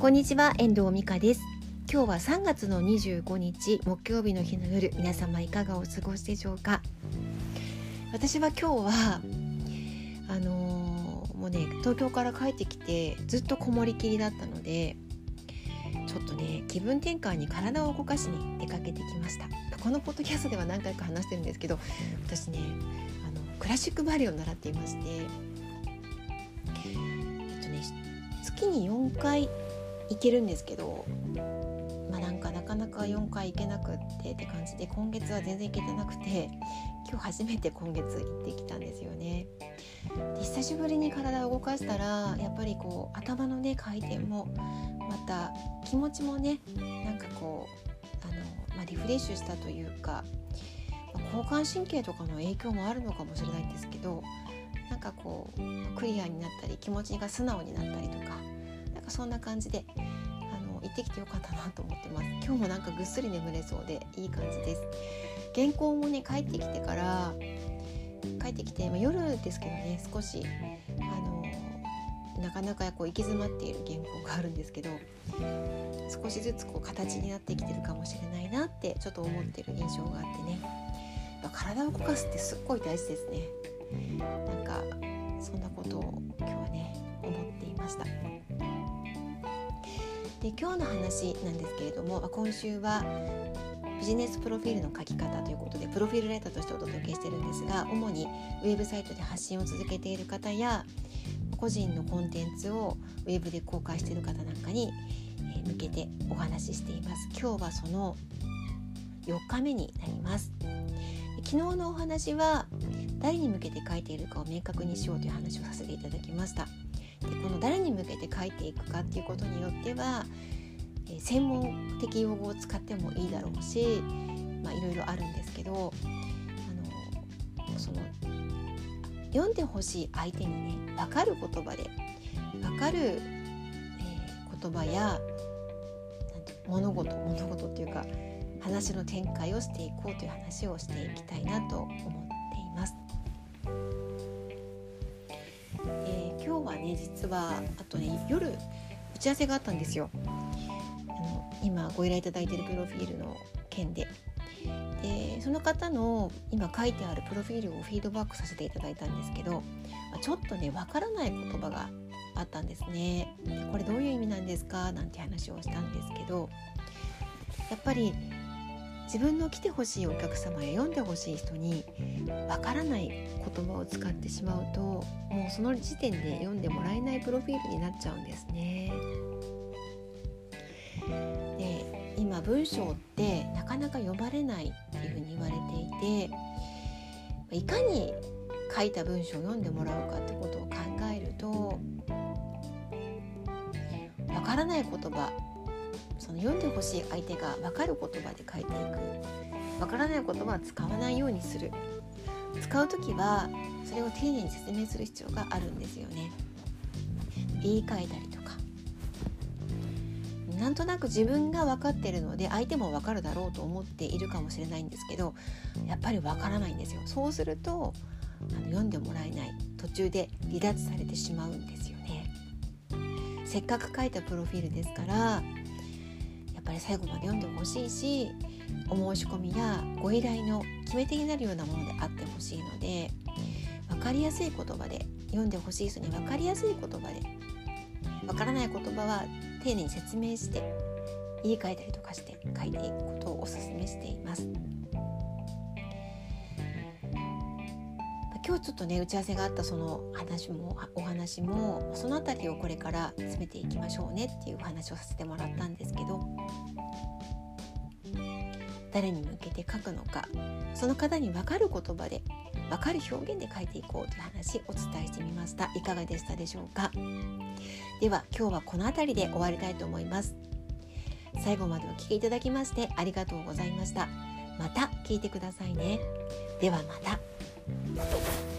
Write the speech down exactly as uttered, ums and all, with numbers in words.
こんにちは、遠藤美香です。今日はさんがつのにじゅうごにち木曜日の日の夜、皆様いかがお過ごしでしょうか。私は今日はあのー、もうね東京から帰ってきてずっとこもりきりだったので、ちょっとね気分転換に体を動かしに出かけてきました。このポッドキャストでは何回か話してるんですけど、私ねあのクラシックバレエを習っていまして、えっとね月によんかい行けるんですけど、まあなんかなかなかよんかい行けなくってって感じで、今月は全然行けてなくて、今日初めて今月行ってきたんですよね。で久しぶりに体を動かしたら、やっぱりこう頭のね回転もまた気持ちもねなんかこうあの、まあ、リフレッシュしたというか、まあ、交感神経とかの影響もあるのかもしれないんですけど、なんかこうクリアになったり気持ちが素直になったりとか、なんかそんな感じであの行ってきてよかったなと思ってます。今日もなんかぐっすり眠れそうでいい感じです。原稿もね帰ってきてから帰ってきて、まあ、夜ですけどね少しあのなかなかこう行き詰まっている原稿があるんですけど、少しずつこう形になってきてるかもしれないなってちょっと思ってる印象があってね、体を動かすってすっごい大事ですね。なんかそんなことを今日はね思っていました。で今日の話なんですけれども、今週はビジネスプロフィールの書き方ということでプロフィールライターとしてお届けしてるんですが、主にウェブサイトで発信を続けている方や個人のコンテンツをウェブで公開している方なんかに向けてお話ししています。今日はそのよっかめになります。昨日のお話は誰に向けて書いているかを明確にしようという話をさせていただきました。でこの誰に向けて書いていくかっていうことによっては、えー、専門的用語を使ってもいいだろうし、まあいろいろあるんですけど、あのその読んでほしい相手にね分かる言葉で分かる、えー、言葉やなんて物事物事っていうか話の展開をしていこうという話をしていきたいなと思っています。えー、今日はね実はあとね夜打ち合わせがあったんですよ。あの今ご依頼いただいているプロフィールの件で、でその方の今書いてあるプロフィールをフィードバックさせていただいたんですけど、ちょっとねわからない言葉があったんですね。でこれどういう意味なんですかなんて話をしたんですけど、やっぱり自分の来てほしいお客様や読んでほしい人にわからない言葉を使ってしまうと、もうその時点で読んでもらえないプロフィールになっちゃうんですね。で今文章ってなかなか読まれないっていうふうに言われていて、いかに書いた文章を読んでもらうかってことを考えると、わからない言葉、その読んでほしい相手が分かる言葉で書いていく、分からない言葉は使わないようにする、使うときはそれを丁寧に説明する必要があるんですよね。言い換えたりとか、なんとなく自分が分かっているので相手も分かるだろうと思っているかもしれないんですけど、やっぱり分からないんですよ。そうするとあの読んでもらえない、途中で離脱されてしまうんですよね。せっかく書いたプロフィールですから、やっぱり最後まで読んでほしいし、お申し込みやご依頼の決め手になるようなものであってほしいので、分かりやすい言葉で、読んでほしい人に分かりやすい言葉で、分からない言葉は丁寧に説明して言い換えたりとかして書いていくことをお勧めしています。今日ちょっとね打ち合わせがあったその話もお話もそのあたりをこれから詰めていきましょうねっていう話をさせてもらったんですけど、誰に向けて書くのか、その方に分かる言葉で分かる表現で書いていこうという話をお伝えしてみました。いかがでしたでしょうか。では今日はこのあたりで終わりたいと思います。最後までお聞きいただきましてありがとうございました。また聞いてくださいね。ではまた。